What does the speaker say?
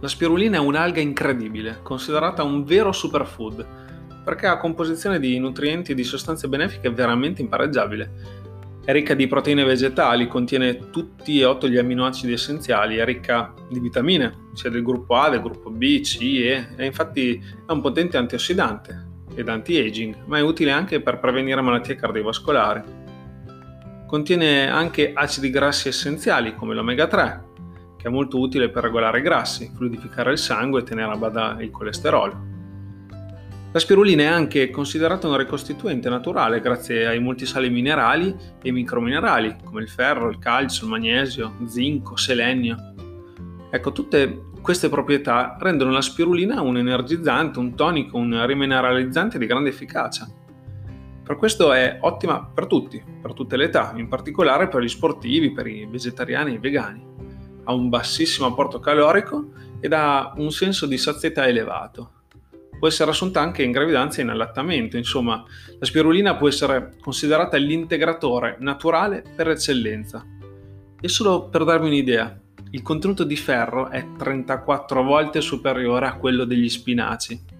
La spirulina è un'alga incredibile, considerata un vero superfood, perché ha composizione di nutrienti e di sostanze benefiche veramente impareggiabile. È ricca di proteine vegetali, contiene tutti e 8 gli amminoacidi essenziali, è ricca di vitamine, sia del gruppo A, del gruppo B, C, e infatti è un potente antiossidante ed anti-aging, ma è utile anche per prevenire malattie cardiovascolari. Contiene anche acidi grassi essenziali come l'omega 3, che è molto utile per regolare i grassi, fluidificare il sangue e tenere a bada il colesterolo. La spirulina è anche considerata un ricostituente naturale grazie ai molti sali minerali e microminerali come il ferro, il calcio, il magnesio, zinco, selenio. Ecco, tutte queste proprietà rendono la spirulina un energizzante, un tonico, un rimineralizzante di grande efficacia. Per questo è ottima per tutti, per tutte le età, in particolare per gli sportivi, per i vegetariani e i vegani. Ha un bassissimo apporto calorico ed ha un senso di sazietà elevato. Può essere assunta anche in gravidanza e in allattamento. Insomma, la spirulina può essere considerata l'integratore naturale per eccellenza. E solo per darvi un'idea, il contenuto di ferro è 34 volte superiore a quello degli spinaci.